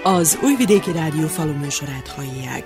Az Újvidéki Rádió faluműsorát hallják.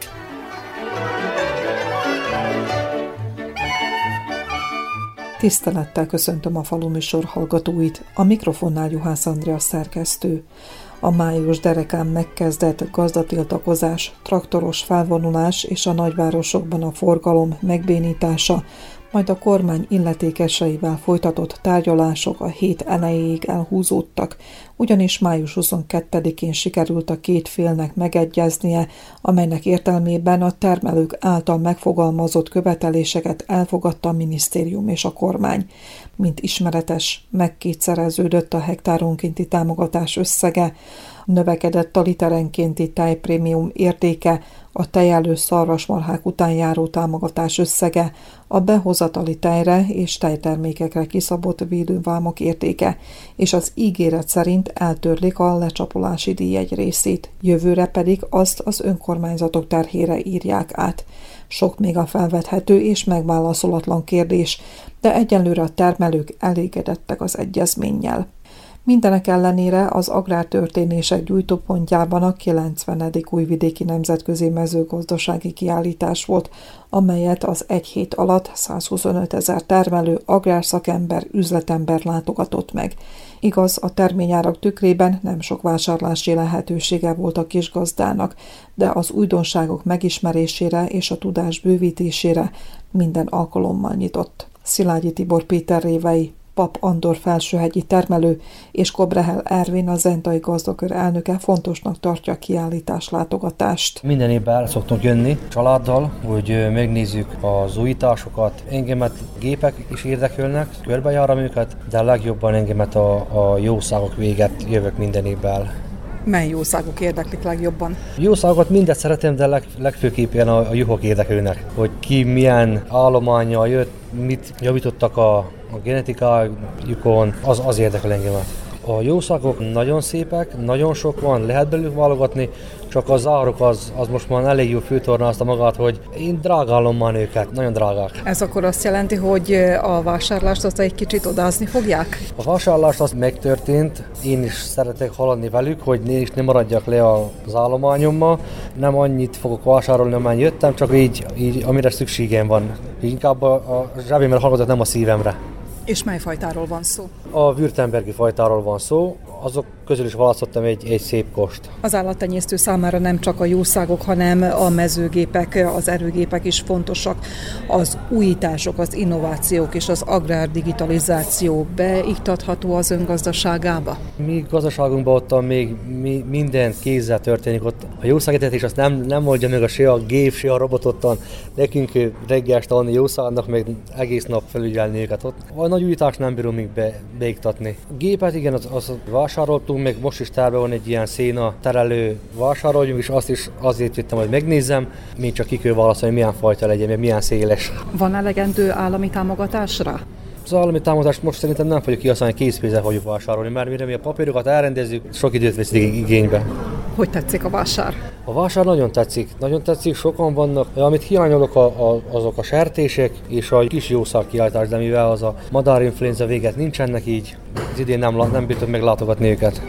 Tisztelettel köszöntöm a faluműsor hallgatóit, a mikrofonnál Juhász Andrea szerkesztő. A május derekán megkezdett gazdatiltakozás, traktoros felvonulás és a nagyvárosokban a forgalom megbénítása, majd a kormány illetékeseivel folytatott tárgyalások a hét elejéig elhúzódtak, ugyanis május 22-én sikerült a két félnek megegyeznie, amelynek értelmében a termelők által megfogalmazott követeléseket elfogadta a minisztérium és a kormány. Mint ismeretes, megkétszereződött a hektáronkénti támogatás összege, növekedett a literenkénti tejprémium értéke, a tejelő szarvasmarhák után járó támogatás összege, a behozatali tejre és tejtermékekre kiszabott védővámok értéke, és az ígéret szerint eltörlik a lecsapolási díj egy részét, jövőre pedig azt az önkormányzatok terhére írják át. Sok még a felvethető és megválaszolatlan kérdés, de egyelőre a termelők elégedettek az egyezménnyel. Mindenek ellenére az agrártörténések gyújtópontjában a 90. Újvidéki Nemzetközi Mezőgazdasági Kiállítás volt, amelyet az egy hét alatt 125 000 termelő, agrárszakember, üzletember látogatott meg. Igaz, a terményárak tükrében nem sok vásárlási lehetősége volt a kisgazdának, de az újdonságok megismerésére és a tudás bővítésére minden alkalommal nyitott. Szilágyi Tibor Péter révei, Pap Andor felsőhegyi termelő és Kobrehel Ervin, a zentai gazdakör elnöke fontosnak tartja a kiállítás látogatást. Minden évben el szoktunk jönni családdal, hogy megnézzük az újításokat. Engemet gépek is érdekelnek, körbejárom őket, de legjobban engemet a jószágok véget jövök minden évben. Mely jószágok érdeklik legjobban? Jószágokat mindet szeretem, de legfőképpen a juhok érdekelnek, hogy ki milyen állománnyal jött, mit javítottak a genetikájukon, az érdekel engemet. A jószágok nagyon szépek, nagyon sok van, lehet belőlük válogatni, csak az áruk az most már elég jó főtornázta magát, hogy én drágálom már őket, nagyon drágák. Ez akkor azt jelenti, hogy a vásárlást azt egy kicsit odázni fogják? A vásárlást az megtörtént, én is szeretek haladni velük, hogy én is ne maradjak le az állományommal. Nem annyit fogok vásárolni, amennyi jöttem, csak így amire szükségem van. Inkább a zsebémmel hallgatok, nem a szívemre. És mely fajtáról van szó? A württembergi fajtáról van szó, azok közül is választottam egy szép kost. Az állattenyésztő számára nem csak a jószágok, hanem a mezőgépek, az erőgépek is fontosak. Az újítások, az innovációk és az agrárdigitalizáció beiktatható az öngazdaságába? Mi gazdaságunkban ott még minden kézzel történik. Ott a jószágetetés azt nem oldja meg se a gép, se a robot ottan. Nekünk reggel este adni jószágnak, meg egész nap felügyelni őket ott. A nagy újítást nem bírom még beiktatni. Gépet igen, az vásároltunk, meg most is terve van egy ilyen széna terelő vásároljunk, és azt is azért jöttem, hogy megnézzem, mint csak ki kell válaszolni, milyen fajta legyen, meg milyen széles. Van elegendő állami támogatásra? Az állami támogatást most szerintem nem fogjuk kihasználni, készpénzzel fogjuk vásárolni, mert mire mi a papírokat elrendezzük, sok időt veszik igénybe. Hogy tetszik a vásár? A vásár nagyon tetszik, sokan vannak. Amit hiányolok, azok a sertések és a kis jószág kiállítás, de mivel az a madárinfluenza véget nincsenek, így az idén nem bírtuk meglátogatni őket.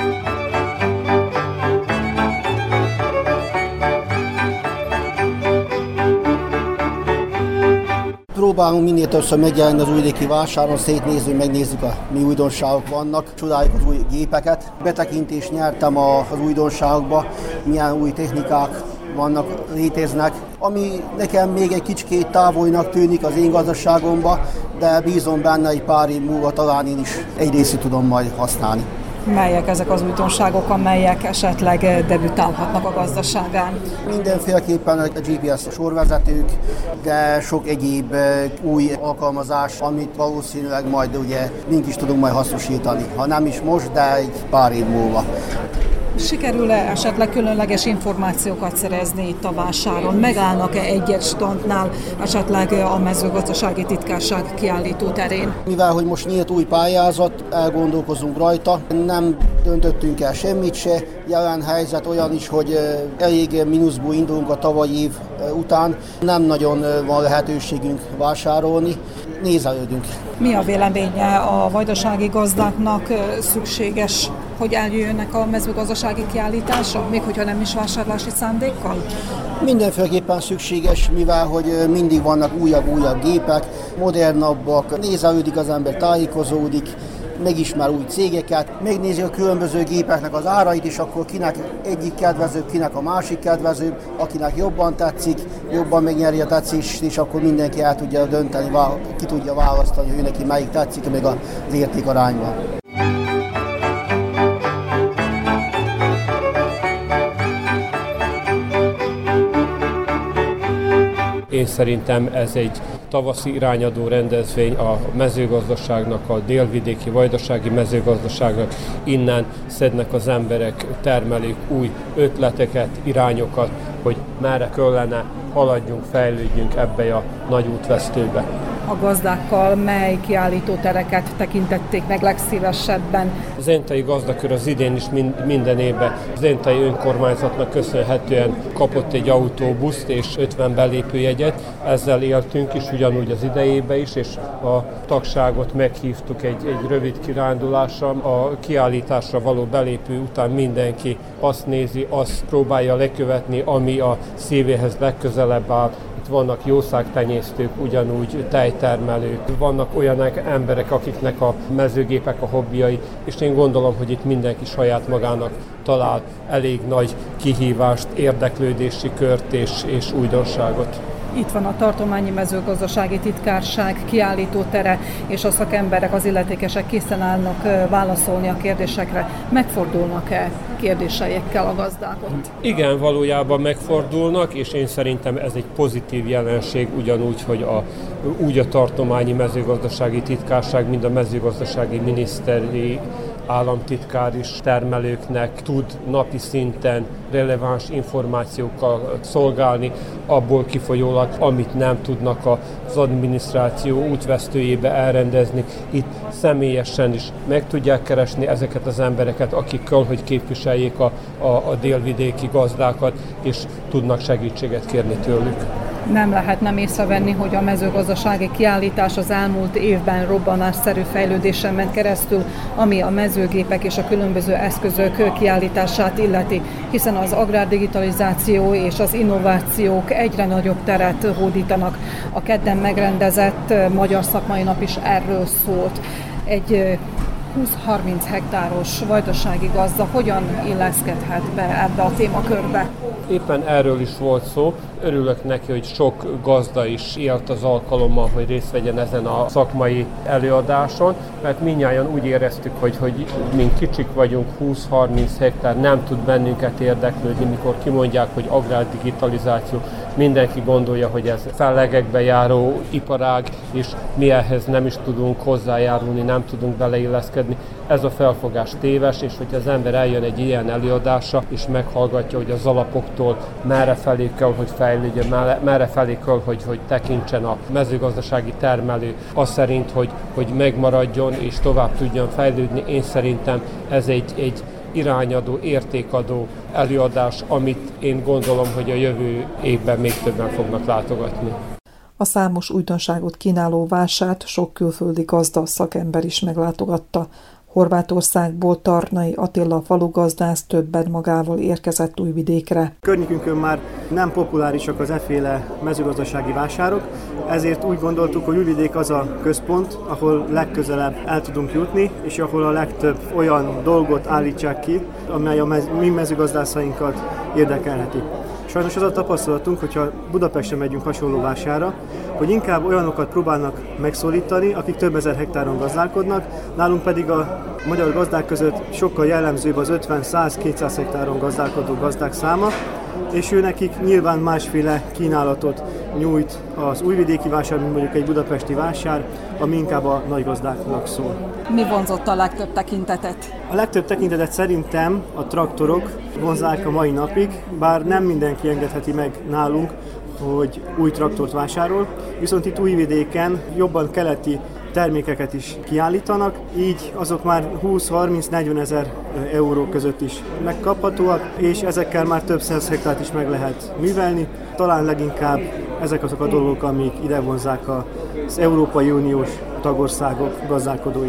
Próbálunk minél többször megjelenni az újvidéki vásáron, szétnézzük, megnézzük, mi újdonságok vannak, csodáljuk az új gépeket. Betekintést nyertem az újdonságokba, milyen új technikák léteznek, ami nekem még egy kicsikét távolnak tűnik az én gazdaságomba, de bízom benne, egy pár év múlva talán én is egy részét tudom majd használni. Melyek ezek az újdonságok, amelyek esetleg debütálhatnak a gazdaságán? Mindenféleképpen a GPS sorvezetők, de sok egyéb új alkalmazás, amit valószínűleg majd ugye mink is tudunk majd hasznosítani. Ha nem is most, de egy pár év múlva. Sikerül-e esetleg különleges információkat szerezni itt a vásáron? Megállnak-e egy-egy standnál esetleg a mezőgazdasági titkárság kiállító terén? Mivel, hogy most nyílt új pályázat, elgondolkozunk rajta, nem döntöttünk el semmit se. Jelen helyzet olyan is, hogy elég mínuszból indulunk a tavalyi év után. Nem nagyon van lehetőségünk vásárolni. Nézelődünk. Mi a véleménye a vajdasági gazdáknak szükséges hogy eljöjjenek a mezőgazdasági kiállításra, még hogyha nem is vásárlási szándékkal? Mindenféleképpen szükséges, mivel hogy mindig vannak újabb gépek, modernabbak, nézelődik az ember, tájékozódik, megismer új cégeket, megnézi a különböző gépeknek az árait is, akkor kinek egyik kedvezőbb, kinek a másik kedvezőbb, akinek jobban tetszik, jobban megnyeri a tetszést, és akkor mindenki el tudja dönteni, ki tudja választani, hogy neki melyik tetszik, még az értékarányban. Én szerintem ez egy tavaszi irányadó rendezvény a mezőgazdaságnak, a délvidéki vajdasági mezőgazdaságnak. Innen szednek az emberek, termelők új ötleteket, irányokat, hogy merre kellene haladjunk, fejlődjünk ebbe a nagy útvesztőbe. A gazdákkal mely kiállítótereket tekintették meg legszívesebben? Az Zentai Gazdakör az idén is minden évben az Zentai önkormányzatnak köszönhetően kapott egy autóbuszt és 50 belépőjegyet. Ezzel éltünk is, ugyanúgy az idejében is, és a tagságot meghívtuk egy rövid kirándulásra. A kiállításra való belépő után mindenki azt nézi, azt próbálja lekövetni, ami a szívéhez legközelebb áll. Itt vannak jószágtenyésztők, ugyanúgy tejtermelők, vannak olyan emberek, akiknek a mezőgépek a hobbiai, és én gondolom, hogy itt mindenki saját magának talál elég nagy kihívást, érdeklődési kört és újdonságot. Itt van a Tartományi Mezőgazdasági Titkárság kiállítótere, és a szakemberek, az illetékesek készen állnak válaszolni a kérdésekre. Megfordulnak-e kérdéseikkel a gazdák ott? Igen, valójában megfordulnak, és én szerintem ez egy pozitív jelenség, ugyanúgy, hogy úgy a Tartományi Mezőgazdasági Titkárság, mint a mezőgazdasági miniszteri államtitkár is termelőknek tud napi szinten releváns információkkal szolgálni, abból kifolyólag, amit nem tudnak az adminisztráció útvesztőjébe elrendezni. Itt személyesen is meg tudják keresni ezeket az embereket, akik kell, hogy képviseljék a délvidéki gazdákat, és tudnak segítséget kérni tőlük. Nem lehet nem észrevenni, hogy a mezőgazdasági kiállítás az elmúlt évben robbanásszerű fejlődésen ment keresztül, ami a mezőgépek és a különböző eszközök kiállítását illeti, hiszen az agrárdigitalizáció és az innovációk egyre nagyobb teret hódítanak. A kedden megrendezett Magyar Szakmai Nap is erről szólt. Egy 20-30 hektáros vajdasági gazda hogyan illeszkedhet be ebbe a témakörbe? Éppen erről is volt szó. Örülök neki, hogy sok gazda is élt az alkalommal, hogy részt vegyen ezen a szakmai előadáson, mert mindnyájan úgy éreztük, hogy mint kicsik vagyunk, 20-30 hektár nem tud bennünket érdeklődni, mikor kimondják, hogy agrárdigitalizáció. Mindenki gondolja, hogy ez fellegekbe járó iparág, és mi ehhez nem is tudunk hozzájárulni, nem tudunk beleilleszkedni. Ez a felfogás téves, és hogyha az ember eljön egy ilyen előadásra, és meghallgatja, hogy az alapoktól merre felé kell, hogy fejlődjön, merre felé kell, hogy tekintsen a mezőgazdasági termelő, az szerint, hogy megmaradjon és tovább tudjon fejlődni. Én szerintem ez egy irányadó, értékadó előadás, amit én gondolom, hogy a jövő évben még többen fognak látogatni. A számos újdonságot kínáló vásárt sok külföldi gazda szakember is meglátogatta. Horvátországból Tarnai Attila falugazdász többet magával érkezett Újvidékre. Környékünkön már nem populárisak az efféle mezőgazdasági vásárok, ezért úgy gondoltuk, hogy Újvidék az a központ, ahol legközelebb el tudunk jutni, és ahol a legtöbb olyan dolgot állítsák ki, amely a mi mezőgazdászainkat érdekelheti. Sajnos az a tapasztalatunk, hogyha Budapesten megyünk hasonló vásárra, hogy inkább olyanokat próbálnak megszólítani, akik több ezer hektáron gazdálkodnak, nálunk pedig a magyar gazdák között sokkal jellemzőbb az 50-100-200 hektáron gazdálkodó gazdák száma, és ő nekik nyilván másféle kínálatot nyújt az újvidéki vásár, mint mondjuk egy budapesti vásár, ami inkább a nagy gazdáknak szól. Mi vonzott a legtöbb tekintetet? A legtöbb tekintetet szerintem a traktorok vonzák a mai napig, bár nem mindenki engedheti meg nálunk, hogy új traktort vásárol, viszont itt Újvidéken jobban keleti termékeket is kiállítanak, így azok már 20-30-40 ezer euró között is megkaphatóak, és ezekkel már több száz hektárt is meg lehet művelni. Talán leginkább ezek azok a dolgok, amik ide vonzzák az Európai Uniós tagországok gazdálkodóit.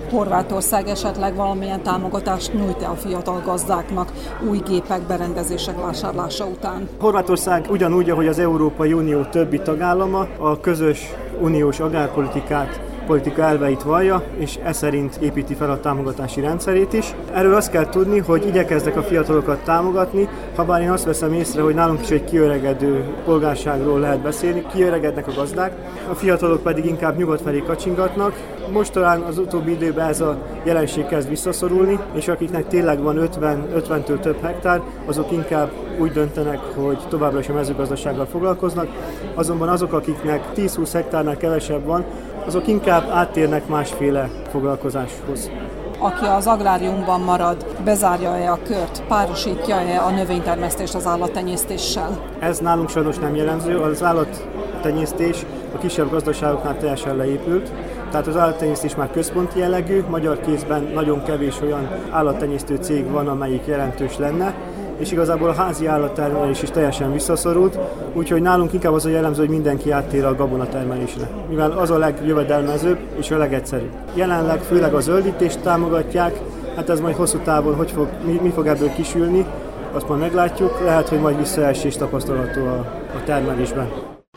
Horvátország esetleg valamilyen támogatást nyújt-e a fiatal gazdáknak új gépek, berendezések vásárlása után? Horvátország ugyanúgy, ahogy az Európai Unió többi tagállama a közös uniós agrárpolitika elveit vallja, és e szerint építi fel a támogatási rendszerét is. Erről azt kell tudni, hogy igyekeznek a fiatalokat támogatni, habár én azt veszem észre, hogy nálunk is egy kiöregedő polgárságról lehet beszélni, kiöregednek a gazdák, a fiatalok pedig inkább nyugat felé kacsingatnak. Most talán az utóbbi időben ez a jelenség kezd visszaszorulni, és akiknek tényleg van 50-től több hektár, azok inkább úgy döntenek, hogy továbbra is a mezőgazdasággal foglalkoznak, azonban azok, akiknek 10-20 hektárnál kevesebb van, azok inkább áttérnek másféle foglalkozáshoz. Aki az agráriumban marad, bezárja-e a kört, párosítja-e a növénytermesztést az állattenyésztéssel? Ez nálunk sajnos nem jellemző, az állattenyésztés a kisebb gazdaságoknál teljesen leépült. Tehát az állattenyésztés már központi jellegű, magyar kézben nagyon kevés olyan állattenyésztő cég van, amelyik jelentős lenne, és igazából a házi állattermelés is teljesen visszaszorult, úgyhogy nálunk inkább az a jellemző, hogy mindenki áttér a gabonatermelésre, mivel az a legjövedelmezőbb és a legegyszerűbb. Jelenleg főleg a zöldítést támogatják, hát ez majd hosszú távon mi fog ebből kisülni, azt majd meglátjuk, lehet, hogy majd visszaesés tapasztalható a termelésben.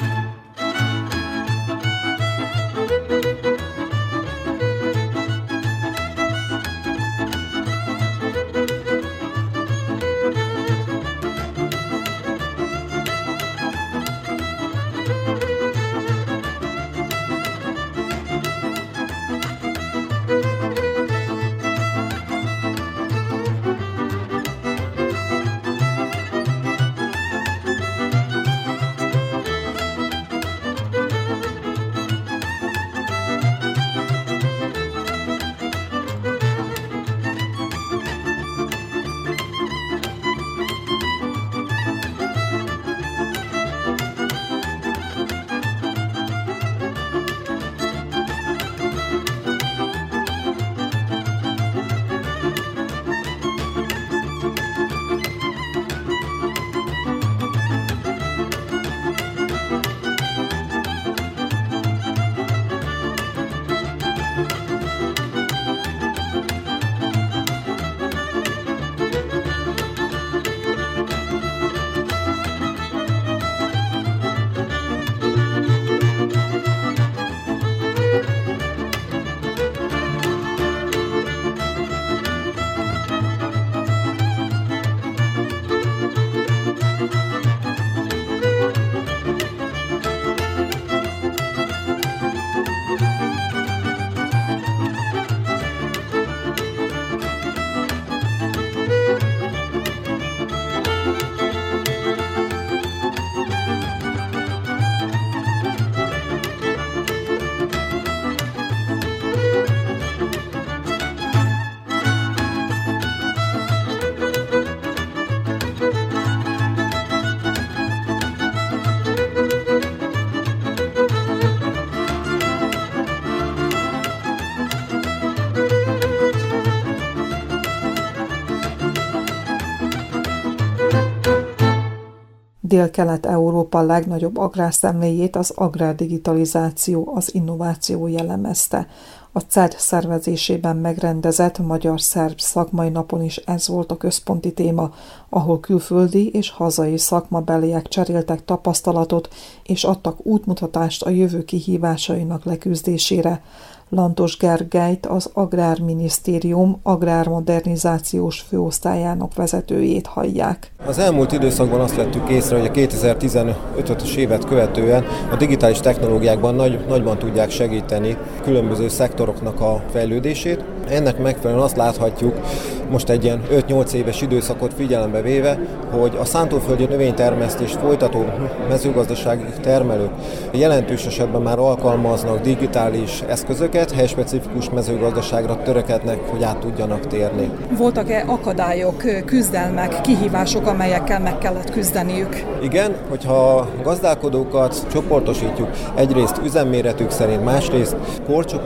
Dél-Kelet-Európa legnagyobb agrárszemléjét az agrárdigitalizáció, az innováció jellemezte. A CED szervezésében megrendezett magyar-szerb szakmai napon is ez volt a központi téma, ahol külföldi és hazai szakmabeliek cseréltek tapasztalatot és adtak útmutatást a jövő kihívásainak leküzdésére. Lantos Gergelyt, az Agrárminisztérium agrármodernizációs főosztályának vezetőjét hallják. Az elmúlt időszakban azt vettük észre, hogy a 2015-ös évet követően a digitális technológiákban nagyban tudják segíteni különböző szektoroknak a fejlődését. Ennek megfelelően azt láthatjuk, most egy ilyen 5-8 éves időszakot figyelembe véve, hogy a szántóföldi növénytermesztést folytató mezőgazdasági termelők jelentős esetben már alkalmaznak digitális eszközöket, helyspecifikus mezőgazdaságra törekednek, hogy át tudjanak térni. Voltak-e akadályok, küzdelmek, kihívások, amelyekkel meg kellett küzdeniük? Igen, hogyha a gazdálkodókat csoportosítjuk, egyrészt üzemméretük szerint, másrészt korcsoport szerint,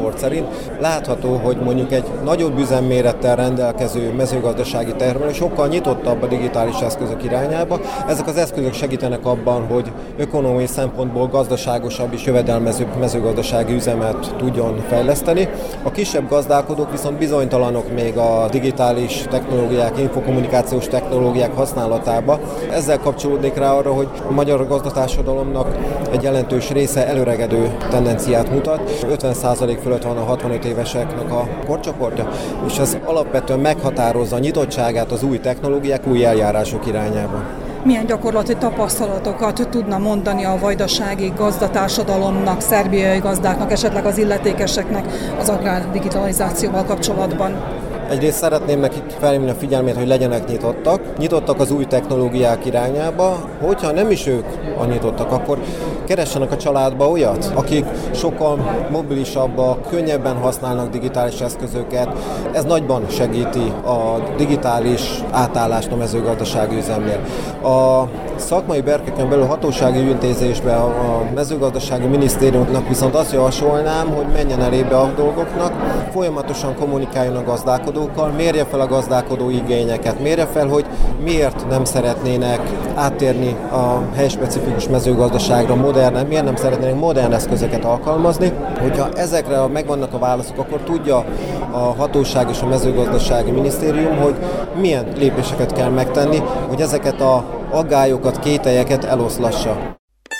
termelni. Látható, hogy mondjuk egy nagyobb üzemmérettel rendelkező mezőgazdasági termelő sokkal nyitottabb a digitális eszközök irányába. Ezek az eszközök segítenek abban, hogy ökonómiai szempontból gazdaságosabb és jövedelmezőbb mezőgazdasági üzemet tudjon fejleszteni. A kisebb gazdálkodók viszont bizonytalanok még a digitális technológiák, infokommunikációs technológiák használatába. Ezzel kapcsolódik rá arra, hogy a magyar gazdatársadalomnak egy jelentős része előregedő tendenciát mutat. 50% fölött van a 65 éveseknek a korcsoportja, és ez alapvetően meghatározza a nyitottságát az új technológiák, új eljárások irányába. Milyen gyakorlati tapasztalatokat tudna mondani a vajdasági gazdatársadalomnak, szerbiai gazdáknak, esetleg az illetékeseknek az agrárdigitalizációval kapcsolatban? Egyrészt szeretném nekik felhívni a figyelmét, hogy legyenek nyitottak az új technológiák irányába. Hogyha nem is ők a nyitottak, akkor keressenek a családba olyat, akik sokkal mobilisabbak, könnyebben használnak digitális eszközöket. Ez nagyban segíti a digitális átállást a mezőgazdasági üzemnél. A szakmai berkeken belül hatósági ügyintézésbe a mezőgazdasági minisztériumnak viszont azt javasolnám, hogy menjen elébe a dolgoknak, folyamatosan kommunikáljon a gazdálkodókkal, mérje fel a gazdálkodó igényeket, mérje fel, hogy miért nem szeretnének áttérni a helyspecifikus mezőgazdaságra, miért nem szeretnének modern eszközöket alkalmazni. Hogyha ezekre megvannak a válaszok, akkor tudja a hatóság és a mezőgazdasági minisztérium, hogy milyen lépéseket kell megtenni, hogy ezeket az aggályokat, kételyeket eloszlassa.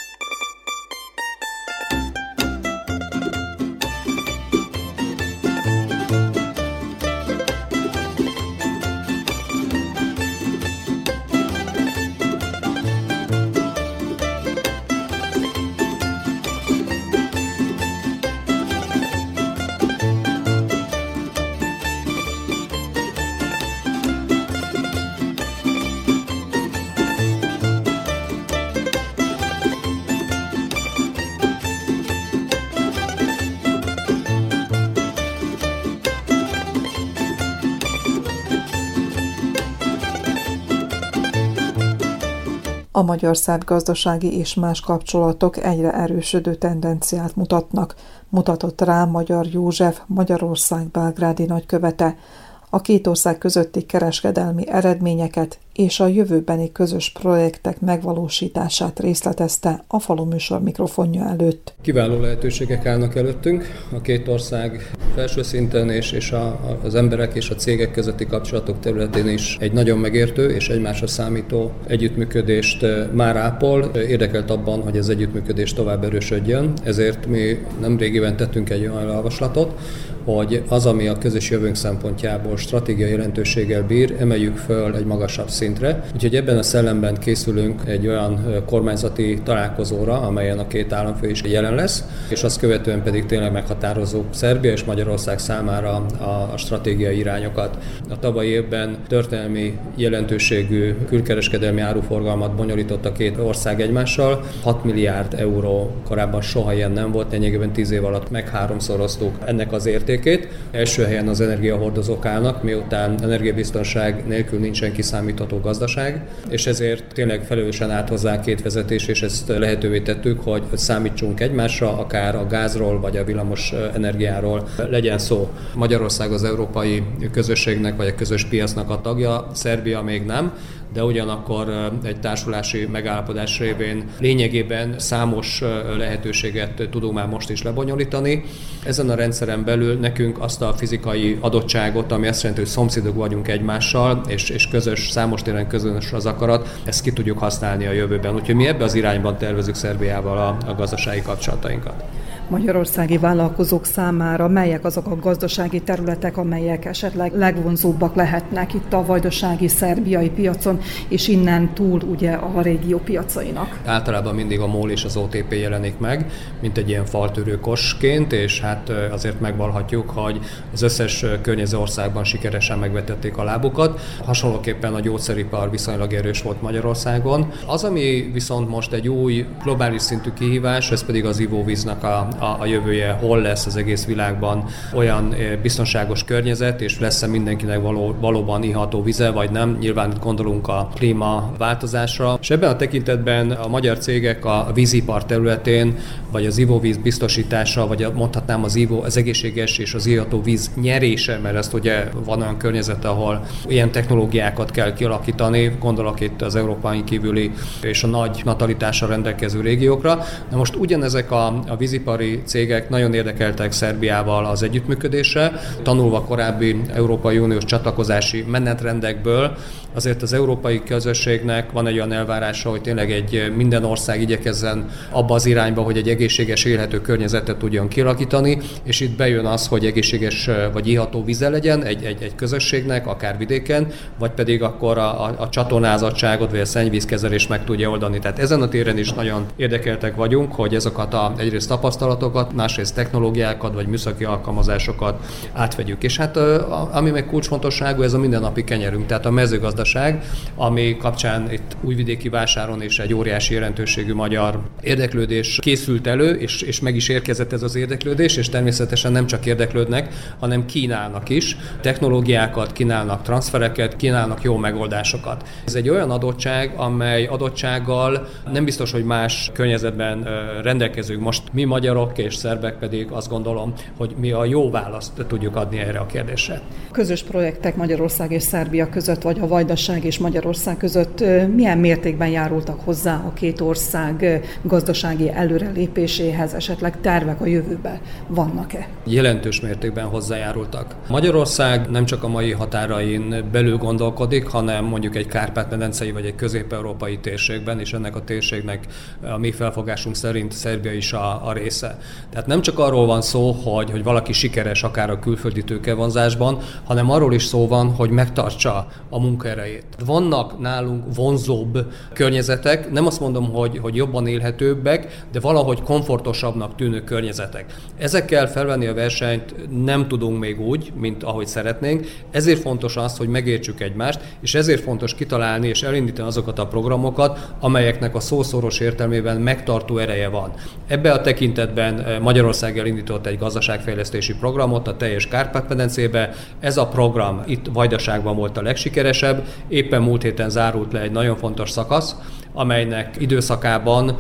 A magyar-szerb gazdasági és más kapcsolatok egyre erősödő tendenciát mutatnak, mutatott rá Magyar József, Magyarország belgrádi nagykövete. A két ország közötti kereskedelmi eredményeket és a jövőbeni közös projektek megvalósítását részletezte a Faluműsor mikrofonja előtt. Kiváló lehetőségek állnak előttünk. A két ország felső szinten és az emberek és a cégek közötti kapcsolatok területén is egy nagyon megértő és egymásra számító együttműködést már ápol. Érdekelt abban, hogy ez együttműködés tovább erősödjön, ezért mi nemrégiben tettünk egy olyan javaslatot, hogy az, ami a közös jövőnk szempontjából stratégiai jelentőséggel bír, emeljük föl egy magasabb szintre. Úgyhogy ebben a szellemben készülünk egy olyan kormányzati találkozóra, amelyen a két államfő is jelen lesz, és azt követően pedig tényleg meghatározunk Szerbia és Magyarország számára a stratégiai irányokat. A tavalyi évben történelmi jelentőségű külkereskedelmi áruforgalmat bonyolított a két ország egymással. 6 milliárd euró, korábban soha ilyen nem volt, lényegében 10 év alatt megháromszoroztuk ennek az értékét. Első helyen az energiahordozók állnak, miután energiabiztonság nélkül nincsen kiszámítható gazdaság, és ezért tényleg felelősen állt hozzá két vezetés, és ezt lehetővé tettük, hogy számítsunk egymásra, akár a gázról vagy a villamos energiáról legyen szó. Magyarország az európai közösségnek vagy a közös piacnak a tagja, Szerbia még nem, de ugyanakkor egy társulási megállapodás révén lényegében számos lehetőséget tudunk már most is lebonyolítani. Ezen a rendszeren belül nekünk azt a fizikai adottságot, ami azt jelenti, hogy szomszédok vagyunk egymással, és közös, számos téren közös az akarat, ezt ki tudjuk használni a jövőben. Úgyhogy mi ebbe az irányban tervezzük Szerbiával a gazdasági kapcsolatainkat. Magyarországi vállalkozók számára melyek azok a gazdasági területek, amelyek esetleg legvonzóbbak lehetnek itt a vajdasági szerbiai piacon, és innen túl ugye a régió piacainak? Általában mindig a MOL és az OTP jelenik meg, mint egy ilyen faltörő kosként, és hát azért megvallhatjuk, hogy az összes környező országban sikeresen megvetették a lábukat. Hasonlóképpen a gyógyszeripar viszonylag erős volt Magyarországon. Az, ami viszont most egy új globális szintű kihívás, ez pedig az ivóvíznek a a jövője, hol lesz az egész világban olyan biztonságos környezet, és lesz-e mindenkinek valóban iható vize, vagy nem. Nyilván itt gondolunk a klímaváltozásra. És ebben a tekintetben a magyar cégek a vízipar területén, vagy az ivóvíz biztosítása, vagy mondhatnám az egészséges és az iható víz nyerése, mert ezt ugye van olyan környezet, ahol ilyen technológiákat kell kialakítani, gondolok itt az Európán kívüli és a nagy natalitással rendelkező régiókra. Na most ugyanezek a vízipari cégek nagyon érdekeltek Szerbiával az együttműködésre, tanulva korábbi Európai Uniós csatlakozási menetrendekből. Azért az európai közösségnek van egy olyan elvárása, hogy tényleg minden ország igyekezzen abba az irányba, hogy egy egészséges, élhető környezetet tudjon kialakítani, és itt bejön az, hogy egészséges vagy iható vize legyen egy közösségnek, akár vidéken, vagy pedig akkor a csatornázottságot vagy a szennyvízkezelést meg tudja oldani. Tehát ezen a téren is nagyon érdekeltek vagyunk, hogy ezeket egyrészt tapasztalatokat, másrészt technológiákat vagy műszaki alkalmazásokat átvegyük. És hát ami meg kulcsfontosságú, ez a mindennapi kenyerünk, tehát a mezőgazdaság, ami kapcsán itt Újvidéki vásáron is egy óriási jelentőségű magyar érdeklődés készült elő, és meg is érkezett ez az érdeklődés, és természetesen nem csak érdeklődnek, hanem kínálnak is. Technológiákat kínálnak, transfereket, kínálnak jó megoldásokat. Ez egy olyan adottság, amely adottsággal nem biztos, hogy más környezetben rendelkezünk. Most mi magyarok és szerbek pedig azt gondolom, hogy mi a jó választ tudjuk adni erre a kérdésre. Közös projektek Magyarország és Szerbia között, vagy a Vajdaság és Magyarország között milyen mértékben járultak hozzá a két ország gazdasági előrelépéséhez, esetleg tervek a jövőben vannak-e? Jelentős mértékben hozzájárultak. Magyarország nem csak a mai határain belül gondolkodik, hanem mondjuk egy kárpát-medencei vagy egy közép-európai térségben, és ennek a térségnek a mi felfogásunk szerint Szerbia is a része. Tehát nem csak arról van szó, hogy valaki sikeres akár a külföldi tőkevonzásban, hanem arról is szó van, hogy megtartsa a munkaerejét. Vannak nálunk vonzóbb környezetek, nem azt mondom, hogy jobban élhetőbbek, de valahogy komfortosabbnak tűnő környezetek. Ezekkel felvenni a versenyt nem tudunk még úgy, mint ahogy szeretnénk, ezért fontos az, hogy megértsük egymást, és ezért fontos kitalálni és elindítani azokat a programokat, amelyeknek a szószoros értelmében megtartó ereje van. Ebbe a tekintetben Magyarország elindított egy gazdaságfejlesztési programot a teljes Kárpát-medencébe. Ez a program itt Vajdaságban volt a legsikeresebb, éppen múlt héten zárult le egy nagyon fontos szakasz, amelynek időszakában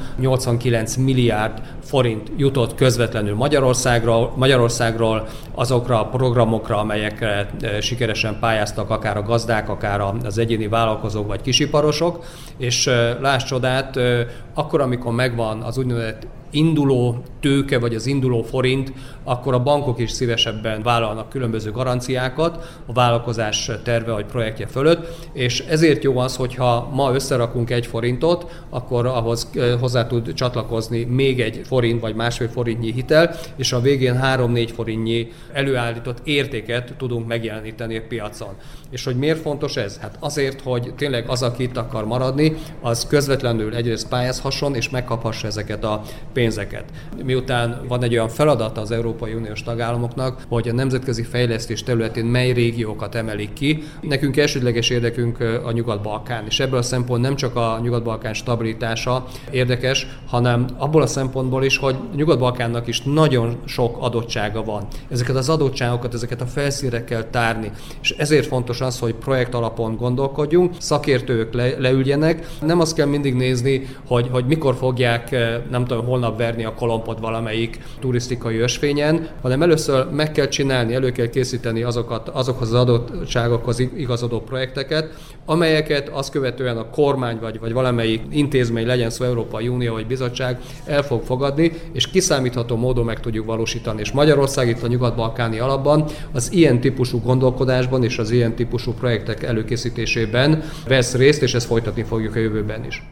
89 milliárd forint jutott közvetlenül Magyarországról azokra a programokra, amelyekre sikeresen pályáztak akár a gazdák, akár az egyéni vállalkozók vagy kisiparosok, és láss csodát, akkor, amikor megvan az úgynevezett induló tőke vagy az induló forint, akkor a bankok is szívesebben vállalnak különböző garanciákat a vállalkozás terve vagy projektje fölött, és ezért jó az, hogyha ma összerakunk egy forintot, akkor ahhoz hozzá tud csatlakozni még egy forint vagy másfél forintnyi hitel, és a végén 3-4 forintnyi előállított értéket tudunk megjeleníteni a piacon. És hogy miért fontos ez? Hát azért, hogy tényleg az, aki itt akar maradni, az közvetlenül egyrészt pályázhasson és megkaphassa ezeket a pénzeket. Miután van egy olyan feladata az Európai Uniós tagállamoknak, hogy a nemzetközi fejlesztés területén mely régiókat emelik ki. Nekünk elsődleges érdekünk a Nyugat-Balkán, és ebből a szempontból nem csak a Nyugat-Balkán stabilitása érdekes, hanem abból a szempontból is, hogy Nyugat-Balkánnak is nagyon sok adottsága van. Ezeket az adottságokat, ezeket a felszínre kell tárni, és ezért fontos az, hogy projekt alapon gondolkodjunk, szakértők leüljenek. Nem azt kell mindig nézni, hogy mikor fogják, nem tudom, holnap verni a kolompot valamelyik turisztikai ösvényen, hanem először meg kell csinálni, elő kell készíteni azokhoz az adottságokhoz igazodó projekteket, amelyeket azt követően a kormány vagy valamelyik intézmény, legyen szó Európai Unió vagy Bizottság el fog fogadni, és kiszámítható módon meg tudjuk valósítani. És Magyarország itt a nyugat-balkáni alapban az ilyen típusú gondolkodásban és az ilyen típusú projektek előkészítésében vesz részt, és ezt folytatni fogjuk a jövőben is.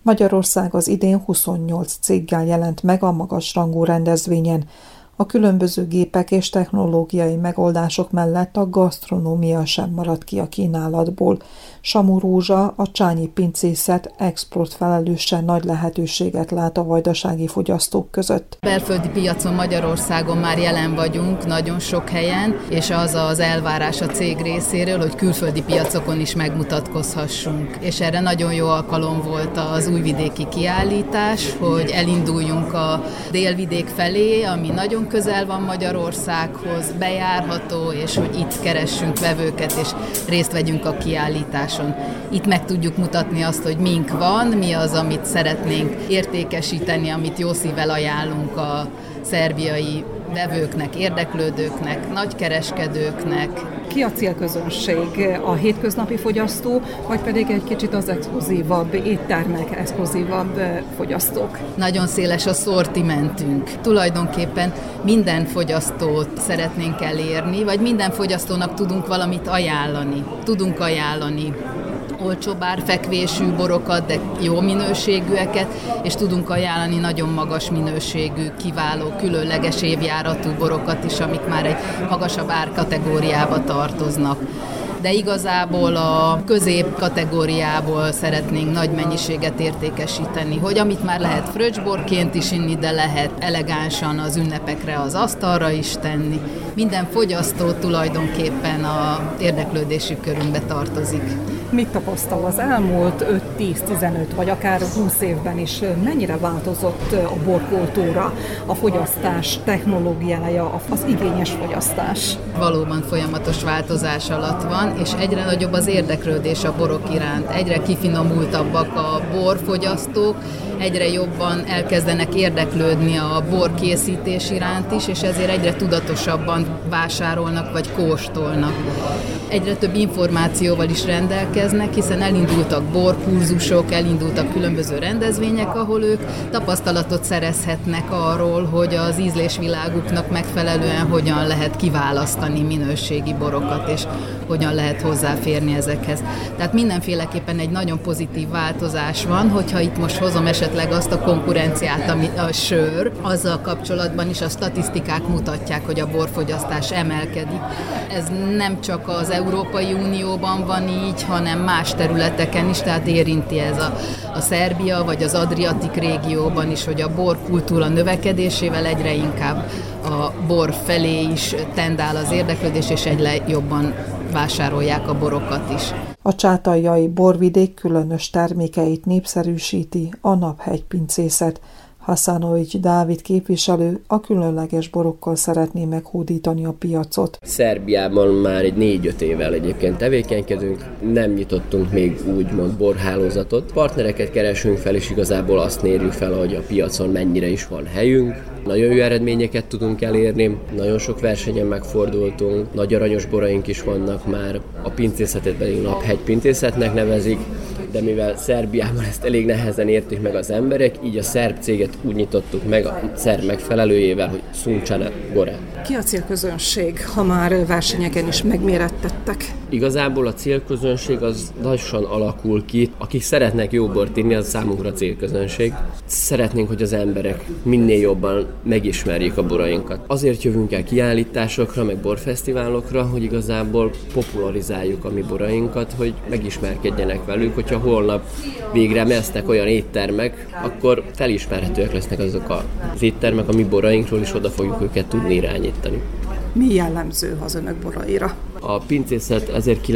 Magyarország az idén 28 céggel jelent meg a magasrangú rendezvényen. A különböző gépek és technológiai megoldások mellett a gasztronómia sem maradt ki a kínálatból. Samu Rózsa, a Csányi Pincészet export felelőse nagy lehetőséget lát a vajdasági fogyasztók között. Belföldi piacon Magyarországon már jelen vagyunk nagyon sok helyen, és az az elvárás a cég részéről, hogy külföldi piacokon is megmutatkozhassunk. És erre nagyon jó alkalom volt az újvidéki kiállítás, hogy elinduljunk a délvidék felé, ami nagyon közel van Magyarországhoz, bejárható, és hogy itt keressünk vevőket, és részt vegyünk a kiállításon. Itt meg tudjuk mutatni azt, hogy mink van, mi az, amit szeretnénk értékesíteni, amit jó szívvel ajánlunk a szerbiai vevőknek, érdeklődőknek, nagykereskedőknek. Ki a célközönség? A hétköznapi fogyasztó, vagy pedig egy kicsit az exkluzívabb éttermek, exkluzívabb fogyasztók? Nagyon széles a szortimentünk. Tulajdonképpen minden fogyasztót szeretnénk elérni, vagy minden fogyasztónak tudunk valamit ajánlani. Tudunk ajánlani olcsóbb árfekvésű borokat, de jó minőségűeket, és tudunk ajánlani nagyon magas minőségű, kiváló, különleges évjáratú borokat is, amik már egy magasabb árkategóriába tartoznak. De igazából a közép kategóriából szeretnénk nagy mennyiséget értékesíteni, hogy amit már lehet fröccsborként is inni, de lehet elegánsan az ünnepekre az asztalra is tenni. Minden fogyasztó tulajdonképpen a érdeklődési körünkbe tartozik. Mit tapasztal az elmúlt 5-10-15 vagy akár 20 évben is? Mennyire változott a borkultúra, a fogyasztás technológiája, az igényes fogyasztás? Valóban folyamatos változás alatt van, és egyre nagyobb az érdeklődés a borok iránt. Egyre kifinomultabbak a borfogyasztók, egyre jobban elkezdenek érdeklődni a borkészítés iránt is, és ezért egyre tudatosabban vásárolnak vagy kóstolnak. Egyre több információval is rendelkeznek, hiszen elindultak borkurzusok, elindultak különböző rendezvények, ahol ők tapasztalatot szerezhetnek arról, hogy az ízlésviláguknak megfelelően hogyan lehet kiválasztani minőségi borokat, és hogyan lehet hozzáférni ezekhez. Tehát mindenféleképpen egy nagyon pozitív változás van, hogyha itt most hozom esetleg azt a konkurenciát, ami a sör, azzal kapcsolatban is a statisztikák mutatják, hogy a borfogyasztás emelkedik. Ez nem csak az Európai Unióban van így, hanem más területeken is, tehát érinti ez a Szerbia vagy az Adriatik régióban is, hogy a borkultúra növekedésével egyre inkább a bor felé is tendál az érdeklődés, és egyre jobban vásárolják a borokat is. A csátaljai borvidék különös termékeit népszerűsíti a Naphegy Pincészet. Haszanovics Dávid képviselő a különleges borokkal szeretné meghódítani a piacot. Szerbiában már egy 4-5 évvel egyébként tevékenykedünk, nem nyitottunk még úgymond borhálózatot. Partnereket keresünk fel, és igazából azt mérjük fel, hogy a piacon mennyire is van helyünk. Nagyon jó eredményeket tudunk elérni, nagyon sok versenyen megfordultunk, nagy aranyos boraink is vannak már, a pincészetet pedig Naphegy Pincészetnek nevezik, de mivel Szerbiában ezt elég nehezen értik meg az emberek, így a szerb céget úgy nyitottuk meg a szerb megfelelőjével, hogy Sunčana Gora. Ki a célközönség, ha már versenyeken is megmérettettek? Igazából a célközönség az lassan alakul ki. Akik szeretnek jó bort inni, az számunkra célközönség. Szeretnénk, hogy az emberek minél jobban megismerjék a borainkat. Azért jövünk el kiállításokra, meg borfesztiválokra, hogy igazából popularizáljuk a mi borainkat, hogy megismerkedjenek velük, hogyha holnap végre lesznek olyan éttermek, akkor felismerhetőek lesznek azok az éttermek a mi borainkról, és oda fogjuk őket tudni irányítani. Mi jellemző az önök boraira? A pincészet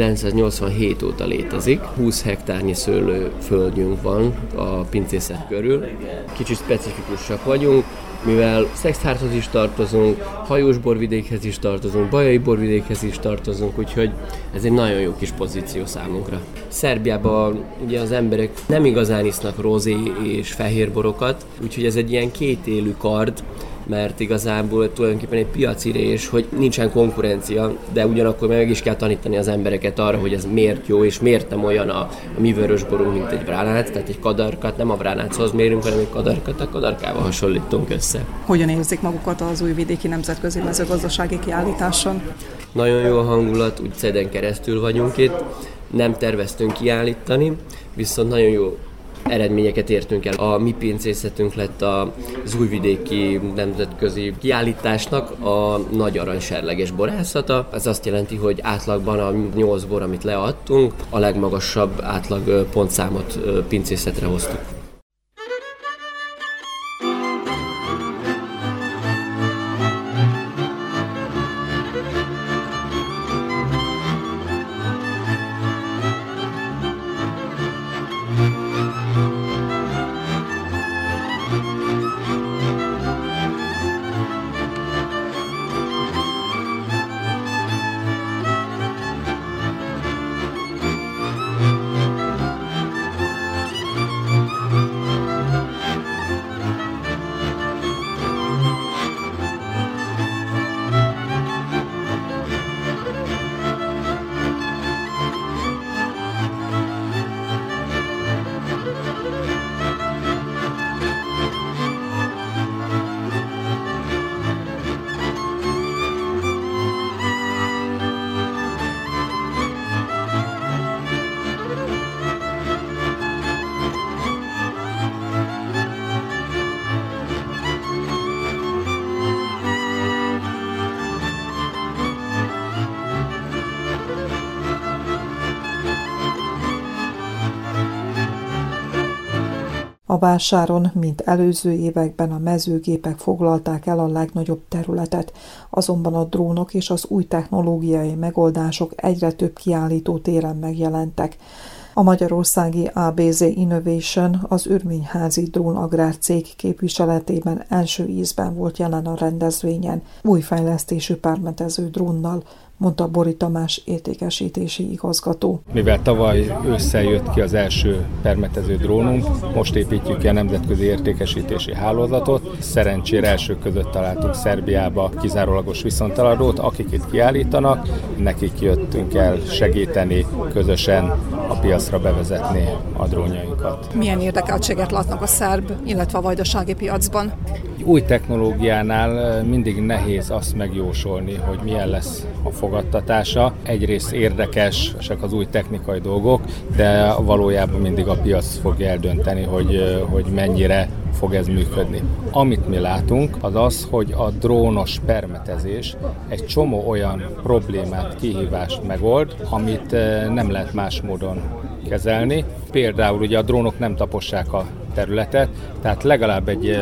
1987 óta létezik, 20 hektárnyi szőlőföldjünk van a pincészet körül. Kicsit specifikusak vagyunk, mivel Szekszárthoz is tartozunk, hajós borvidékhez is tartozunk, bajai borvidékhez is tartozunk, úgyhogy ez egy nagyon jó kis pozíció számunkra. Szerbiában ugye az emberek nem igazán isznak rozé és fehér borokat, úgyhogy ez egy ilyen kétélű kard, mert igazából tulajdonképpen egy piacirés, hogy nincsen konkurencia, de ugyanakkor meg is kell tanítani az embereket arra, hogy ez miért jó, és miért nem olyan a mi vörösborunk, mint egy vránác, tehát egy kadarkat nem a vránáchoz mérünk, hanem egy kadarkat a kadarkával hasonlítunk össze. Hogyan érzik magukat az Újvidéki Nemzetközi Mezőgazdasági Kiállításon? Nagyon jó a hangulat, úgy CED-en keresztül vagyunk itt, nem terveztünk kiállítani, viszont nagyon jó eredményeket értünk el. A mi pincészetünk lett az újvidéki nemzetközi kiállításnak a nagy aranyserleges borászata. Ez azt jelenti, hogy átlagban a 8 bor, amit leadtunk, a legmagasabb átlag pontszámot pincészetre hoztuk. A vásáron, mint előző években a mezőgépek foglalták el a legnagyobb területet, azonban a drónok és az új technológiai megoldások egyre több kiállító téren megjelentek. A magyarországi ABZ Innovation, az Örményházi drónagrárcég képviseletében első ízben volt jelen a rendezvényen, új fejlesztésű permetező drónnal, mondta Bori Tamás értékesítési igazgató. Mivel tavaly ősszel jött ki az első permetező drónunk, most építjük ki a nemzetközi értékesítési hálózatot. Szerencsére elsők között találtunk Szerbiába kizárólagos viszonteladót, akik itt kiállítanak. Nekik jöttünk el segíteni, közösen a piacra bevezetni a drónjainkat. Milyen érdekeltséget látnak a szerb, illetve a vajdasági piacban? Új technológiánál mindig nehéz azt megjósolni, hogy milyen lesz a fogadtatása. Egyrészt érdekesek az új technikai dolgok, de valójában mindig a piac fogja eldönteni, hogy mennyire fog ez működni. Amit mi látunk, az az, hogy a drónos permetezés egy csomó olyan problémát, kihívást megold, amit nem lehet más módon kezelni. Például ugye a drónok nem tapossák a területet, tehát legalább egy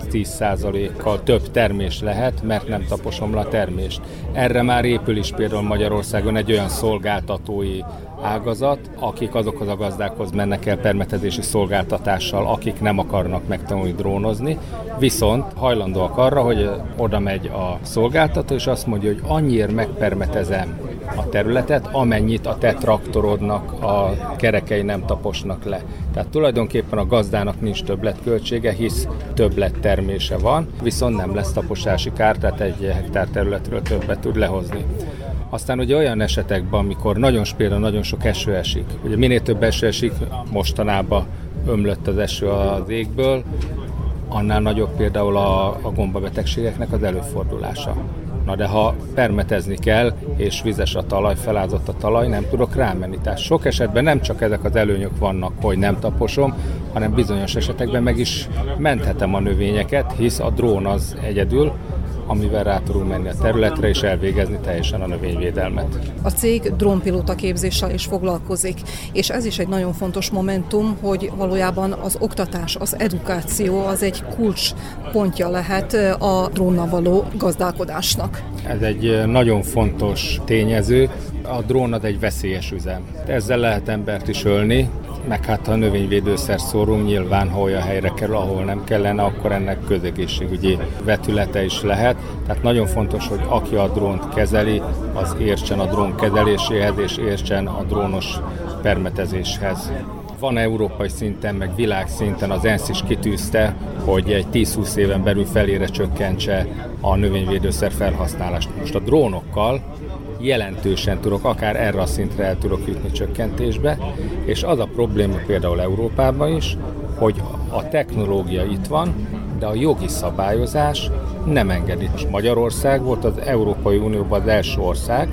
5-10%-kal több termés lehet, mert nem taposom le a termést. Erre már épül is például Magyarországon egy olyan szolgáltatói ágazat, akik azokhoz a gazdákhoz mennek el permetezési szolgáltatással, akik nem akarnak megtanulni drónozni, viszont hajlandóak arra, hogy oda megy a szolgáltató, és azt mondja, hogy annyiért megpermetezem a területet, amennyit a te traktorodnak a kerekei nem taposnak le. Tehát tulajdonképpen a gazdának nincs többletköltsége, hisz többlettermése van, viszont nem lesz taposási kár, tehát 1 hektár területről többet tud lehozni. Aztán ugye olyan esetekben, amikor például nagyon sok eső esik, ugye minél több eső esik, mostanában ömlött az eső az égből, annál nagyobb például a gombabetegségeknek az előfordulása. Na de ha permetezni kell, és vizes a talaj, felázott a talaj, nem tudok rámenni. Tehát sok esetben nem csak ezek az előnyök vannak, hogy nem taposom, hanem bizonyos esetekben meg is menthetem a növényeket, hisz a drón az egyedül, amivel rá tudunk menni a területre és elvégezni teljesen a növényvédelmet. A cég drónpilóta képzéssel is foglalkozik, és ez is egy nagyon fontos momentum, hogy valójában az oktatás, az edukáció az egy kulcspontja lehet a drónnal való gazdálkodásnak. Ez egy nagyon fontos tényező. A drón az egy veszélyes üzem. Ezzel lehet embert is ölni, meg hát ha növényvédőszer szórunk, nyilván ha olyan helyre kerül, ahol nem kellene, akkor ennek közegészségügyi vetülete is lehet. Tehát nagyon fontos, hogy aki a drónt kezeli, az értsen a drón kezeléséhez, és értsen a drónos permetezéshez. Van európai szinten, meg világszinten, az ENSZ is kitűzte, hogy egy 10-20 éven belül felére csökkentse a növényvédőszer felhasználást. Most a drónokkal jelentősen tudok, akár erre a szintre el tudok jutni csökkentésbe, és az a probléma például Európában is, hogy a technológia itt van, de a jogi szabályozás nem engedi. Magyarország volt az Európai Unióban az első ország,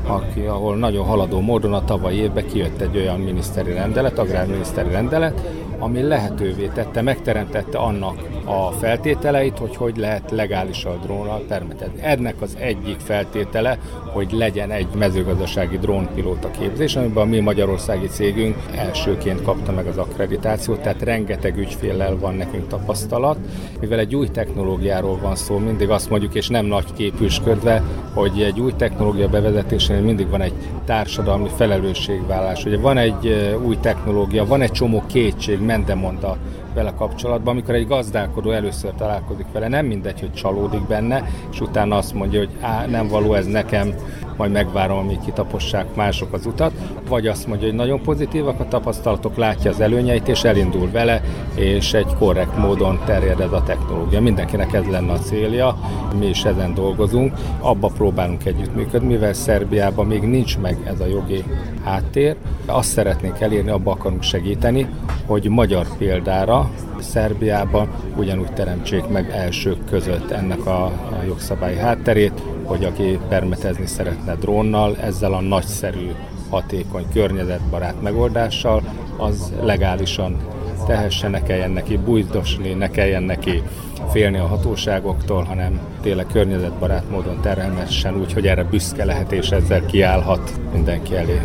ahol nagyon haladó módon a tavalyi évben kijött egy olyan miniszteri rendelet, agrárminiszteri rendelet, ami lehetővé tette, megteremtette annak a feltételeit, hogy lehet legálisan drónnal permetezni. Ennek az egyik feltétele, hogy legyen egy mezőgazdasági drónpilóta képzés, amiben a mi magyarországi cégünk elsőként kapta meg az akkreditációt, tehát rengeteg ügyféllel van nekünk tapasztalat. Mivel egy új technológiáról van szó, mindig azt mondjuk, és nem nagy képűsködve, hogy egy új technológia bevezetésénél mindig van egy társadalmi felelősségvállás. Ugye van egy új technológia, van egy csomó kétség, mendemonda vele kapcsolatban, amikor egy gazdálkodó először találkozik vele, nem mindegy, hogy csalódik benne, és utána azt mondja, hogy nem való ez nekem, majd megvárom, amíg kitapossák mások az utat, vagy azt mondja, hogy nagyon pozitívak a tapasztalatok, látja az előnyeit, és elindul vele, és egy korrekt módon terjed ez a technológia. Mindenkinek ez lenne a célja, mi is ezen dolgozunk, abba próbálunk együttműködni, mivel Szerbiában még nincs meg ez a jogi háttér. Azt szeretnénk elérni, abba akarunk segíteni, hogy magyar példára Szerbiában ugyanúgy teremtsék meg elsők között ennek a jogszabályi hátterét, hogy aki permetezni szeretne drónnal, ezzel a nagyszerű, hatékony, környezetbarát megoldással, az legálisan tehessen, ne kelljen neki bújdosni, ne kelljen neki félni a hatóságoktól, hanem tényleg környezetbarát módon termelhessen úgy, hogy erre büszke lehet, és ezzel kiállhat mindenki elé.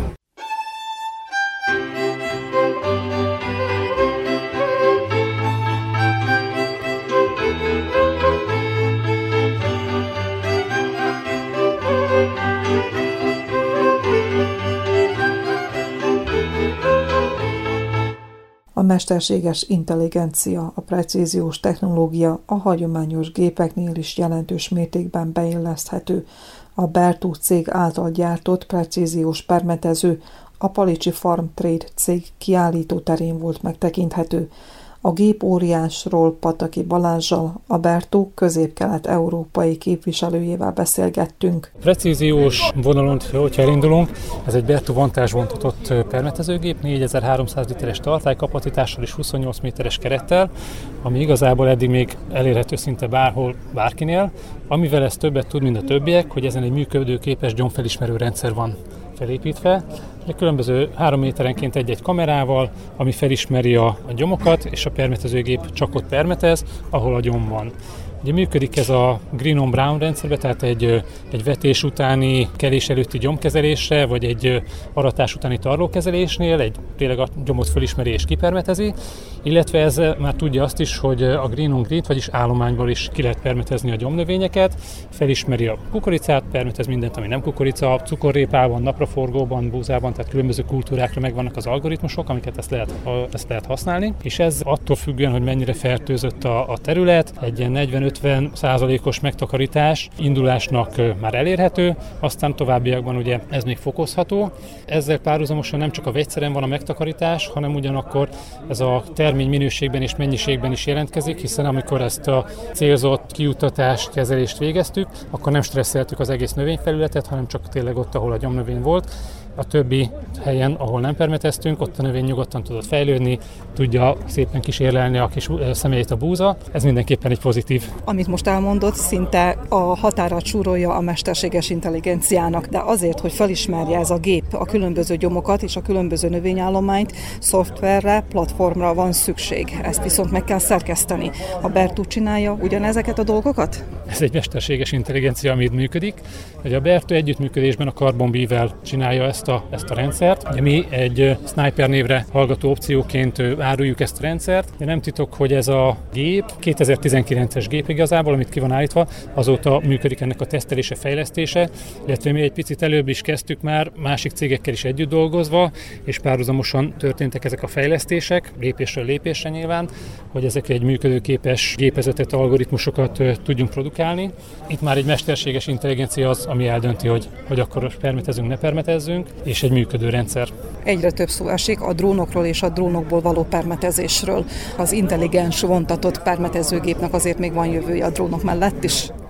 A mesterséges intelligencia, a precíziós technológia a hagyományos gépeknél is jelentős mértékben beilleszthető. A Bertut cég által gyártott precíziós permetező a Palicsi Farm Trade cég kiállító terén volt megtekinthető. A gép óriásról Pataki Balázssal, a Bertut közép-kelet-európai képviselőjével beszélgettünk. Precíziós vonalon, hogyha elindulunk, ez egy Bertut vantázsvontatott permetezőgép, 4300 literes tartálykapacitással és 28 méteres kerettel, ami igazából eddig még elérhető szinte bárhol, bárkinél. Amivel ez többet tud, mint a többiek, hogy ezen egy működőképes gyomfelismerő rendszer van felépítve. Különböző 3 méterenként egy-egy kamerával, ami felismeri a gyomokat, és a permetezőgép csak ott permetez, ahol a gyom van. Ugye működik ez a Green-on-Brown rendszerbe, tehát egy vetés utáni kelés előtti gyomkezelésre, vagy egy aratás utáni tarlókezelésnél, tényleg a gyomot fölismeri és kipermetezi, illetve ez már tudja azt is, hogy a Green-on-Green-t, vagyis állományból is ki lehet permetezni a gyomnövényeket, felismeri a kukoricát, permetez mindent, ami nem kukorica, cukorrépában, napraforgóban, búzában, tehát különböző kultúrákra megvannak az algoritmusok, amiket ezt lehet használni, és ez attól függően, hogy mennyire fertőzött a terület, egy ilyen 40-50%-os megtakarítás indulásnak már elérhető, aztán továbbiakban ugye ez még fokozható. Ezzel párhuzamosan nem csak a vegyszeren van a megtakarítás, hanem ugyanakkor ez a termény minőségben és mennyiségben is jelentkezik, hiszen amikor ezt a célzott kijuttatást, kezelést végeztük, akkor nem stresszeltük az egész növényfelületet, hanem csak tényleg ott, ahol a gyomnövény volt. A többi helyen, ahol nem permeteztünk, ott a növény nyugodtan tudott fejlődni, tudja szépen kísérlelni a kis személyét a búza. Ez mindenképpen egy pozitív. Amit most elmondott, szinte a határát súrolja a mesterséges intelligenciának, de azért, hogy felismerje ez a gép a különböző gyomokat és a különböző növényállományt, szoftverre, platformra van szükség. Ezt viszont meg kell szerkeszteni. A Bertut csinálja ugyanezeket a dolgokat? Ez egy mesterséges intelligencia, amit működik. A Bertut együttműködésben a Carbon Bee-vel csinálja ezt a rendszert. Ugye mi egy Sniper névre hallgató opcióként áruljuk ezt a rendszert. De nem titok, hogy ez a gép 2019-es gép igazából, amit ki van állítva, azóta működik ennek a tesztelése, fejlesztése, illetve mi egy picit előbb is kezdtük már, másik cégekkel is együtt dolgozva, és párhuzamosan történtek ezek a fejlesztések, lépésről lépésre nyilván, hogy ezek egy működőképes gépezetet, algoritmusokat tudjunk produkálni. Itt már egy mesterséges intelligencia az, ami eldönti, hogy akkor permetezünk, ne permetezzünk, és egy működő rendszer. Egyre több szó esik a drónokról és a drónokból való permetezésről. Az intelligens vontatott permetezőgépnek azért még van jövője a drónok mellett is.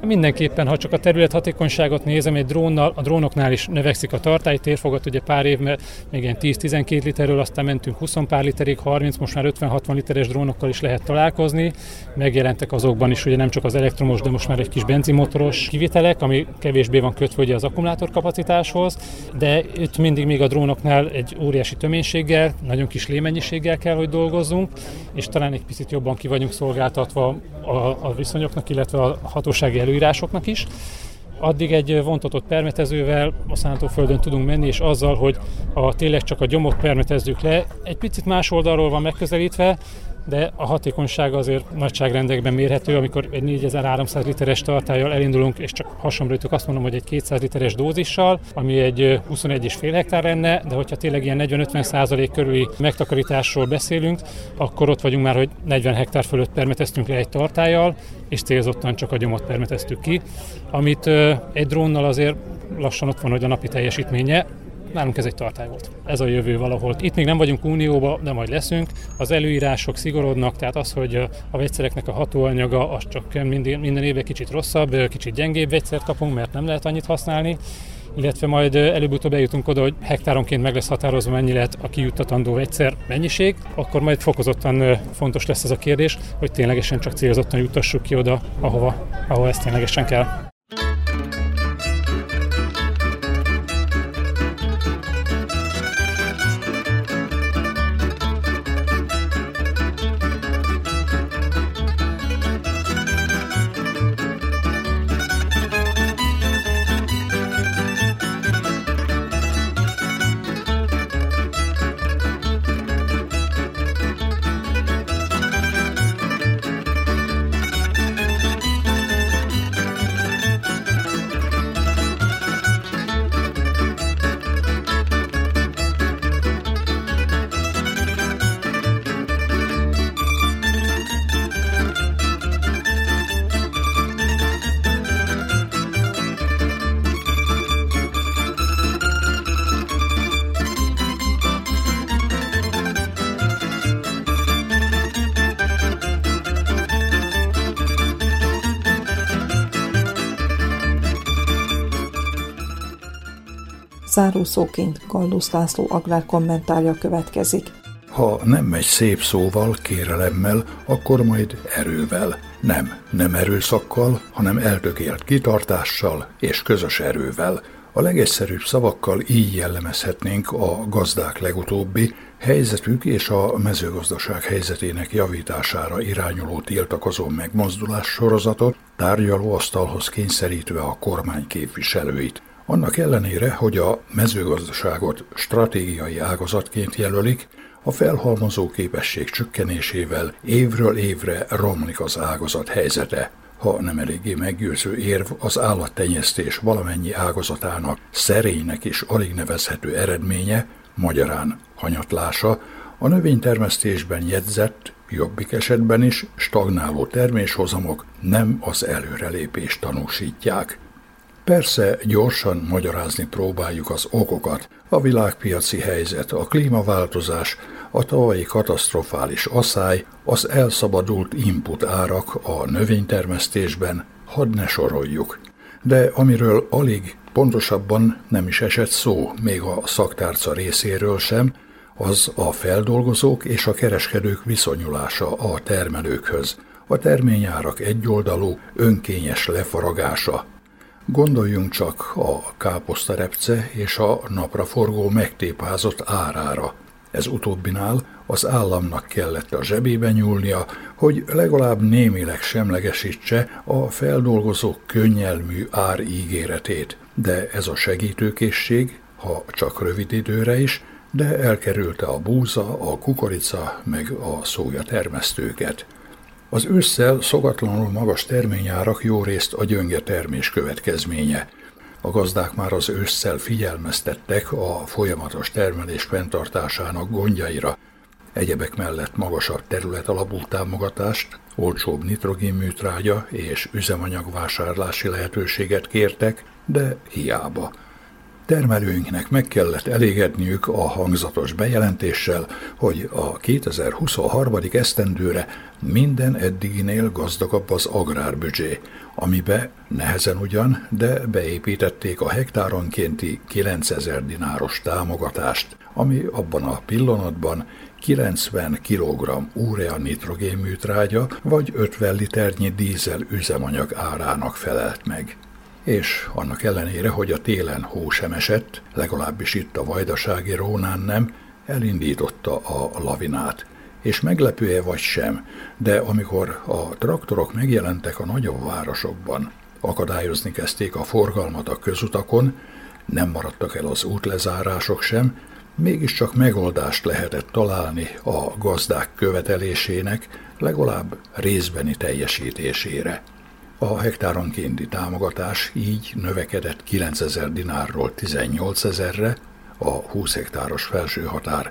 Mindenképpen, ha csak a terület hatékonyságot nézem, egy drónnal, a drónoknál is növekszik a tartálytérfogat, ugye pár év, mert még ilyen 10-12 literről, aztán mentünk 20 pár literig, 30, most már 50-60 literes drónokkal is lehet találkozni. Megjelentek azokban is ugye nem csak az elektromos, de most már egy kis benzinmotoros kivitelek, ami kevésbé van kötve ugye az akkumulátorkapacitáshoz, de itt mindig még a drónoknál egy óriási töménységgel, nagyon kis lémennyiséggel kell, hogy dolgozzunk, és talán egy picit jobban ki vagyunk szolgáltatva a viszonyoknak, illetve a hatósági előírásoknak is. Addig egy vontatott permetezővel a szántóföldön tudunk menni, és azzal, hogy tényleg csak a gyomot permetezzük le, egy picit más oldalról van megközelítve, de a hatékonyság azért nagyságrendekben mérhető, amikor egy 4300 literes tartállyal elindulunk, és csak hasonlítok, azt mondom, hogy egy 200 literes dózissal, ami egy 21,5 hektár lenne, de hogyha tényleg ilyen 40-50% körüli megtakarításról beszélünk, akkor ott vagyunk már, hogy 40 hektár fölött permeteztünk le egy tartállyal, és célzottan csak a gyomot permeteztük ki, amit egy drónnal azért lassan ott van, hogy a napi teljesítménye. Nálunk ez egy tartály volt. Ez a jövő valahol. Itt még nem vagyunk unióba, de majd leszünk. Az előírások szigorodnak, tehát az, hogy a vegyszereknek a hatóanyaga, az csak minden évben kicsit rosszabb, kicsit gyengébb vegyszert kapunk, mert nem lehet annyit használni. Illetve majd előbb-utóbb eljutunk oda, hogy hektáronként meg lesz határozva, mennyi lehet a kijuttatandó vegyszer mennyiség, akkor majd fokozottan fontos lesz ez a kérdés, hogy ténylegesen csak célzottan juttassuk ki oda, ahova ez ténylegesen kell. Zárószóként Gallusz László agrárkommentárja következik. Ha nem megy szép szóval, kérelemmel, akkor majd erővel. Nem erőszakkal, hanem eltökélt kitartással és közös erővel. A legegyszerűbb szavakkal így jellemezhetnénk a gazdák legutóbbi helyzetük és a mezőgazdaság helyzetének javítására irányuló tiltakozó megmozdulás sorozatot, tárgyalóasztalhoz kényszerítve a kormány képviselőit. Annak ellenére, hogy a mezőgazdaságot stratégiai ágazatként jelölik, a felhalmozó képesség csökkenésével évről évre romlik az ágazat helyzete. Ha nem eléggé meggyőző érv az állattenyésztés valamennyi ágazatának szerénynek és alig nevezhető eredménye, magyarán hanyatlása, a növénytermesztésben jegyzett, jobbik esetben is stagnáló terméshozamok nem az előrelépést tanúsítják. Persze gyorsan magyarázni próbáljuk az okokat, a világpiaci helyzet, a klímaváltozás, a tavalyi katasztrofális aszály, az elszabadult input árak a növénytermesztésben, hadd ne soroljuk. De amiről alig, pontosabban nem is esett szó, még a szaktárca részéről sem, az a feldolgozók és a kereskedők viszonyulása a termelőkhöz, a terményárak egyoldalú, önkényes lefaragása. Gondoljunk csak a káposztarepce és a napraforgó megtépázott árára. Ez utóbbinál az államnak kellett a zsebébe nyúlnia, hogy legalább némileg semlegesítse a feldolgozók könnyelmű árígéretét. De ez a segítőkészség, ha csak rövid időre is, de elkerülte a búza, a kukorica meg a szója termesztőket. Az ősszel szokatlanul magas terményárak jórészt a gyönge termés következménye. A gazdák már az ősszel figyelmeztettek a folyamatos termelés fenntartásának gondjaira. Egyebek mellett magasabb területalapú támogatást, olcsóbb nitrogénműtrágya és üzemanyagvásárlási lehetőséget kértek, de hiába. Termelőinknek meg kellett elégedniük a hangzatos bejelentéssel, hogy a 2023. esztendőre minden eddiginél gazdagabb az agrárbüdzsé, amibe nehezen ugyan, de beépítették a hektáronkénti 9000 dináros támogatást, ami abban a pillanatban 90 kg urea nitrogénműtrágya vagy 50 liternyi dízel üzemanyag árának felelt meg. És annak ellenére, hogy a télen hó sem esett, legalábbis itt a vajdasági Rónán nem, elindította a lavinát. És meglepő-e vagy sem, de amikor a traktorok megjelentek a nagyobb városokban, akadályozni kezdték a forgalmat a közutakon, nem maradtak el az útlezárások sem, mégiscsak megoldást lehetett találni a gazdák követelésének legalább részbeni teljesítésére. A hektáronkénti támogatás így növekedett 9000 dinárról 18 000-re, a 20 hektáros felső határ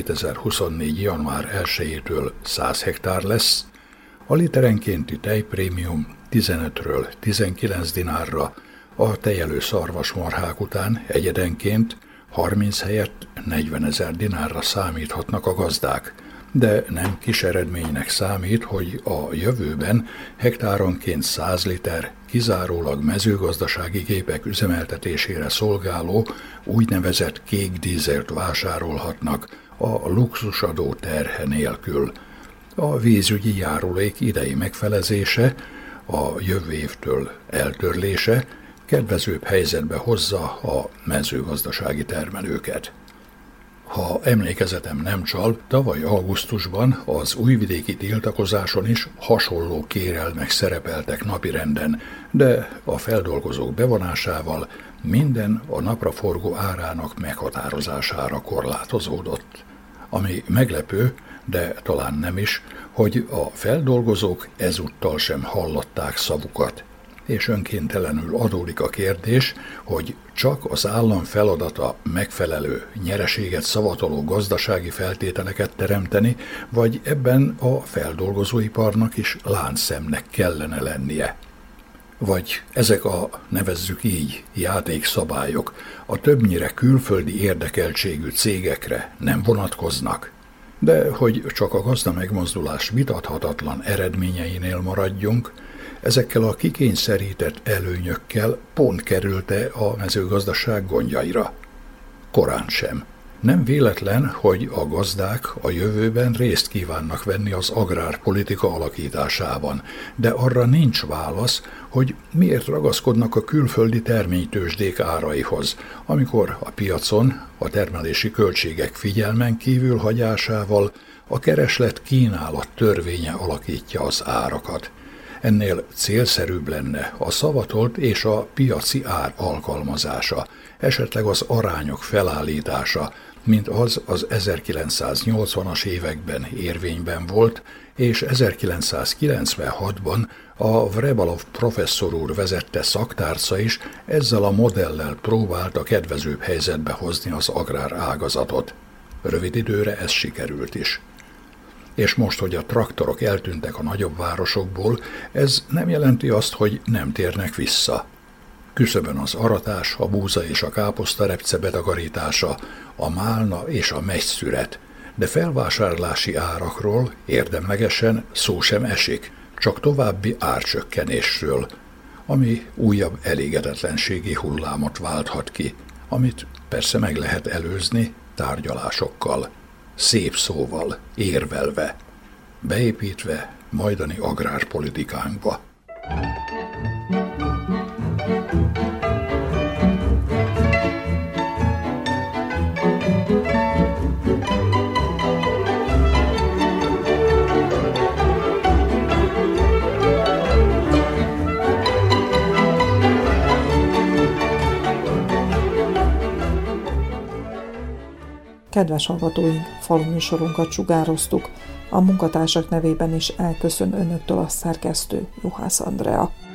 2024. január 1-től 100 hektár lesz, a literenkénti tejprémium 15-ről 19 dinárra, a tejelő szarvasmarhák után egyedenként 30 helyett 40 000 dinárra számíthatnak a gazdák, de nem kis eredménynek számít, hogy a jövőben hektáronként 100 liter kizárólag mezőgazdasági gépek üzemeltetésére szolgáló úgynevezett kék dízelt vásárolhatnak a luxusadó terhe nélkül. A vízügyi járulék idei megfelezése, a jövő évtől eltörlése kedvezőbb helyzetbe hozza a mezőgazdasági termelőket. Ha emlékezetem nem csal, tavaly augusztusban az újvidéki tiltakozáson is hasonló kérelmek szerepeltek napirenden, de a feldolgozók bevonásával minden a napraforgó árának meghatározására korlátozódott. Ami meglepő, de talán nem is, hogy a feldolgozók ezúttal sem hallották szavukat. És önkéntelenül adódik a kérdés, hogy csak az állam feladata megfelelő, nyereséget szavatoló gazdasági feltételeket teremteni, vagy ebben a feldolgozóiparnak is láncszemnek kellene lennie. Vagy ezek a, nevezzük így, játékszabályok a többnyire külföldi érdekeltségű cégekre nem vonatkoznak. De hogy csak a gazda megmozdulás vitathatatlan eredményeinél maradjunk, ezekkel a kikényszerített előnyökkel pont került-e a mezőgazdaság gondjaira? Korán sem. Nem véletlen, hogy a gazdák a jövőben részt kívánnak venni az agrárpolitika alakításában, de arra nincs válasz, hogy miért ragaszkodnak a külföldi terménytőzsdék áraihoz, amikor a piacon a termelési költségek figyelmen kívül hagyásával a kereslet-kínálat törvénye alakítja az árakat. Ennél célszerűbb lenne a szavatolt és a piaci ár alkalmazása, esetleg az arányok felállítása, mint az 1980-as években érvényben volt, és 1996-ban a Vrebalov professzor úr vezette szaktárca is ezzel a modellel próbált a kedvezőbb helyzetbe hozni az agrár ágazatot. Rövid időre ez sikerült is. És most, hogy a traktorok eltűntek a nagyobb városokból, ez nem jelenti azt, hogy nem térnek vissza. Küszöbön az aratás, a búza és a káposztarepce betakarítása, a málna és a messzüret, de felvásárlási árakról érdemlegesen szó sem esik, csak további árcsökkenésről, ami újabb elégedetlenségi hullámot válthat ki, amit persze meg lehet előzni tárgyalásokkal, szép szóval, érvelve, beépítve majdani agrárpolitikánkba. Kedves hallgatóink, faluműsorunkat sugároztuk. A munkatársak nevében is elköszön önöktől a szerkesztő, Juhász Andrea.